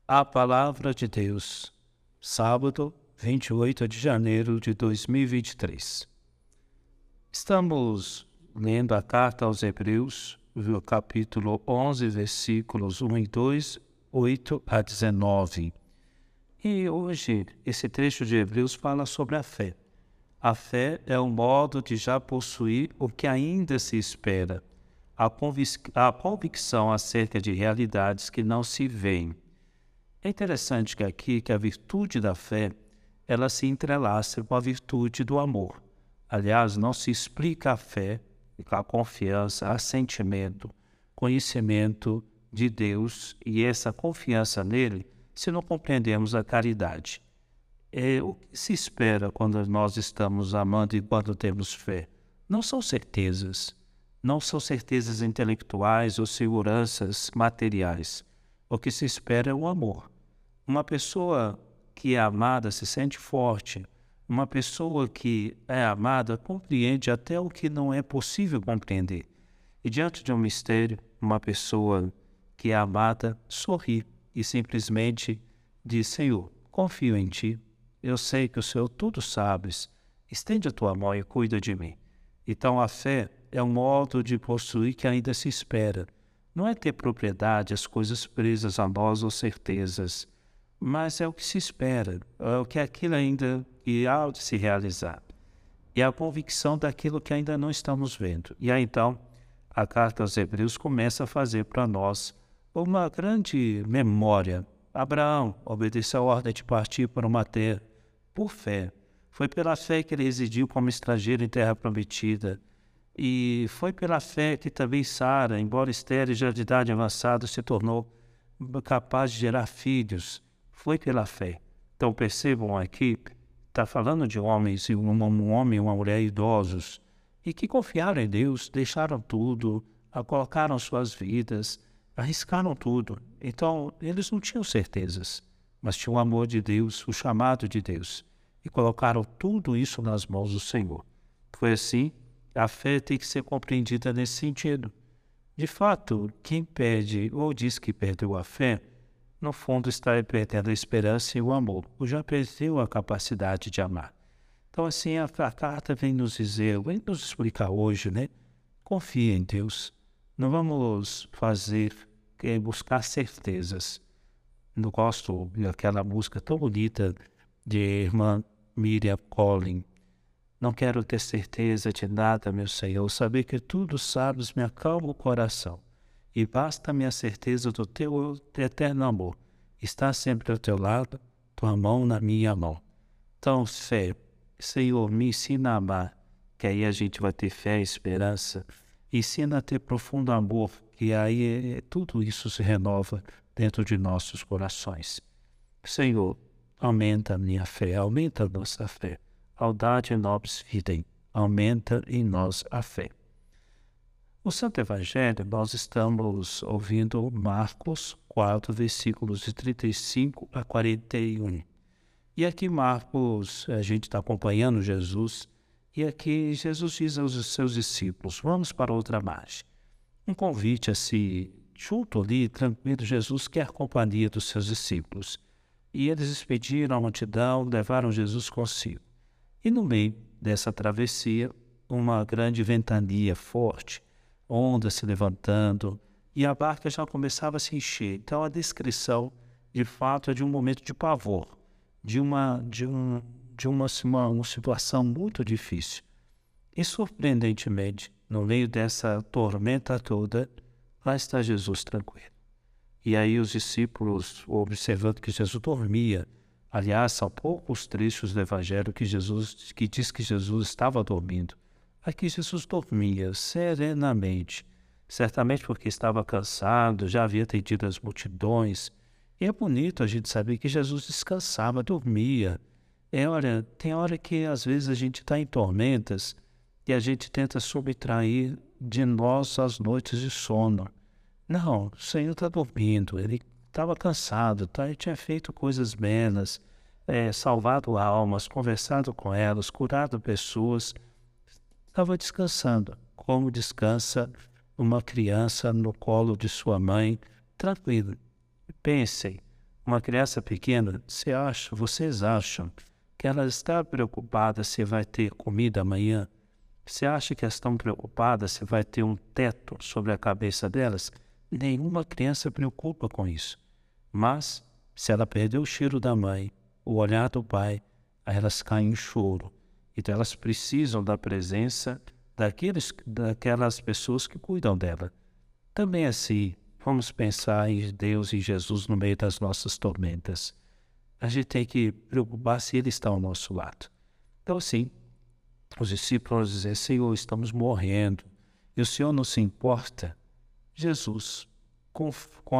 A Palavra de Deus, sábado, 28 de janeiro de 2023. Estamos lendo a carta aos Hebreus, no capítulo 11, versículos 1 e 2, 8 a 19. E hoje, esse trecho de Hebreus fala sobre a fé. A fé é um modo de já possuir o que ainda se espera, a convicção acerca de realidades que não se veem. É interessante que a virtude da fé, ela se entrelaça com a virtude do amor. Aliás, não se explica a fé, a confiança, assentimento, conhecimento de Deus e essa confiança nele se não compreendemos a caridade. O que se espera quando nós estamos amando e quando temos fé? Não são certezas intelectuais ou seguranças materiais. O que se espera é o amor. Uma pessoa que é amada se sente forte. Uma pessoa que é amada compreende até o que não é possível compreender. E diante de um mistério, uma pessoa que é amada sorri e simplesmente diz: Senhor, confio em Ti. Eu sei que o Senhor tudo sabes. Estende a Tua mão e cuida de mim. Então a fé é um modo de possuir que ainda se espera. Não é ter propriedade, as coisas presas a nós ou certezas, mas é o que se espera, é o que aquilo ainda irá se realizar. E a convicção daquilo que ainda não estamos vendo. E aí então, a carta aos Hebreus começa a fazer para nós uma grande memória. Abraão obedeceu a ordem de partir para uma terra por fé. Foi pela fé que ele residiu como estrangeiro em terra prometida. E foi pela fé que também Sara, embora estéril já de idade avançada, se tornou capaz de gerar filhos. Foi pela fé. Então percebam aqui, está falando de homens, um homem e uma mulher idosos, e que confiaram em Deus, deixaram tudo, colocaram suas vidas, arriscaram tudo. Então eles não tinham certezas, mas tinham o amor de Deus, o chamado de Deus, e colocaram tudo isso nas mãos do Senhor. Foi assim. A fé tem que ser compreendida nesse sentido. De fato, quem perde ou diz que perdeu a fé, no fundo está perdendo a esperança e o amor, ou já perdeu a capacidade de amar. Então assim, a carta vem nos dizer, vem nos explicar hoje, né? Confie em Deus. Não vamos buscar certezas. Eu gosto daquela música tão bonita de irmã Miriam Collin. Não quero ter certeza de nada, meu Senhor. Saber que tudo sabes me acalma o coração. E basta-me a certeza do teu eterno amor. Está sempre ao teu lado, tua mão na minha mão. Então, fé. Senhor, me ensina a amar, que aí a gente vai ter fé e esperança. Ensina a ter profundo amor, que aí tudo isso se renova dentro de nossos corações. Senhor, aumenta a minha fé, aumenta a nossa fé. Audate nobis fidem, aumenta em nós a fé. No Santo Evangelho, nós estamos ouvindo Marcos 4, versículos de 35 a 41. E aqui Marcos, a gente está acompanhando Jesus, e aqui Jesus diz aos seus discípulos: vamos para outra margem. Um convite a se, junto ali, tranquilo, Jesus quer a companhia dos seus discípulos. E eles despediram a multidão, levaram Jesus consigo. E no meio dessa travessia, uma grande ventania forte, ondas se levantando, e a barca já começava a se encher. Então a descrição, de fato, é de um momento de pavor, de uma situação muito difícil. E surpreendentemente, no meio dessa tormenta toda, lá está Jesus tranquilo. E aí os discípulos, observando que Jesus dormia. Aliás, são poucos trechos do Evangelho que diz que Jesus estava dormindo. Aqui Jesus dormia serenamente, certamente porque estava cansado, já havia atendido as multidões. E é bonito a gente saber que Jesus descansava, dormia. Tem hora que às vezes a gente está em tormentas e a gente tenta subtrair de nós as noites de sono. Não, o Senhor está dormindo, Ele estava cansado, ele tinha feito coisas belas, salvado almas, conversado com elas, curado pessoas, estava descansando, como descansa uma criança no colo de sua mãe, tranquilo. Pensem, Uma criança pequena, vocês acham que ela está preocupada se vai ter comida amanhã? Você acha que elas estão preocupadas se vai ter um teto sobre a cabeça delas? Nenhuma criança se preocupa com isso. Mas, se ela perder o cheiro da mãe, o olhar do pai, aí elas caem em choro. Então elas precisam da presença daquelas pessoas que cuidam dela. Também assim, vamos pensar em Deus e Jesus no meio das nossas tormentas. A gente tem que preocupar se Ele está ao nosso lado. Então assim, os discípulos dizem, Senhor, estamos morrendo. E o Senhor não se importa? Jesus, com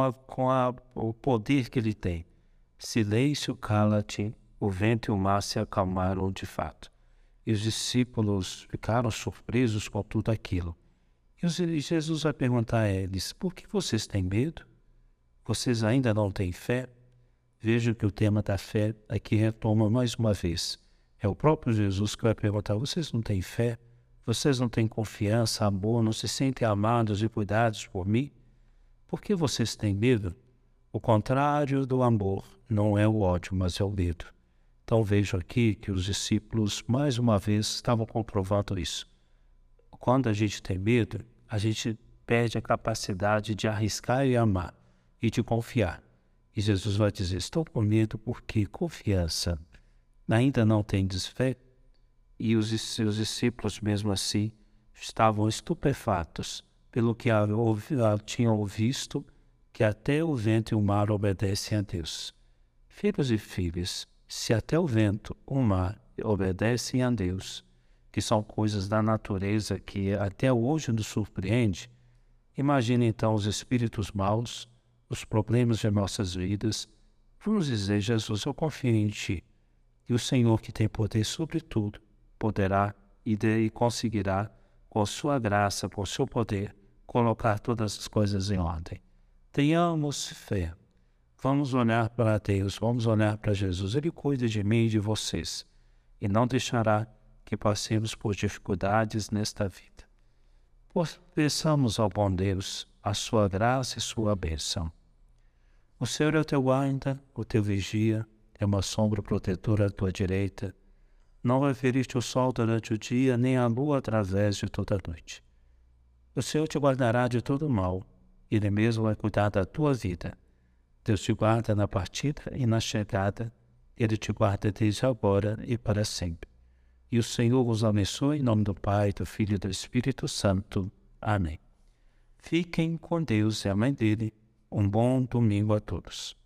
o poder que Ele tem. Silêncio, cala-te, o vento e o mar se acalmaram de fato. E os discípulos ficaram surpresos com tudo aquilo. E Jesus vai perguntar a eles, por que vocês têm medo? Vocês ainda não têm fé? Vejam que o tema da fé aqui retoma mais uma vez. É o próprio Jesus que vai perguntar, vocês não têm fé? Vocês não têm confiança, amor, não se sentem amados e cuidados por mim? Por que vocês têm medo? O contrário do amor não é o ódio, mas é o medo. Então vejo aqui que os discípulos, mais uma vez, estavam comprovando isso. Quando a gente tem medo, a gente perde a capacidade de arriscar e amar e de confiar. E Jesus vai dizer, estou com medo porque confiança ainda não tendes fé? E os seus discípulos, mesmo assim, estavam estupefatos pelo que tinham visto, que até o vento e o mar obedecem a Deus. Filhos e filhas, se até o vento e o mar obedecem a Deus, que são coisas da natureza que até hoje nos surpreende, imagine então os espíritos maus, os problemas de nossas vidas. Vamos dizer, Jesus, eu confio em Ti. E o Senhor, que tem poder sobre tudo, poderá e conseguirá, com sua graça, com seu poder, colocar todas as coisas em ordem. Tenhamos fé. Vamos olhar para Deus, vamos olhar para Jesus. Ele cuida de mim e de vocês. E não deixará que passemos por dificuldades nesta vida. Peçamos ao bom Deus a sua graça e sua bênção. O Senhor é o teu guarda, o teu vigia, é uma sombra protetora à tua direita. Não vai ferir-te o sol durante o dia, nem a lua através de toda a noite. O Senhor te guardará de todo mal, Ele mesmo vai cuidar da tua vida. Deus te guarda na partida e na chegada, Ele te guarda desde agora e para sempre. E o Senhor vos abençoe em nome do Pai, do Filho e do Espírito Santo. Amém. Fiquem com Deus e a Mãe dele. Um bom domingo a todos.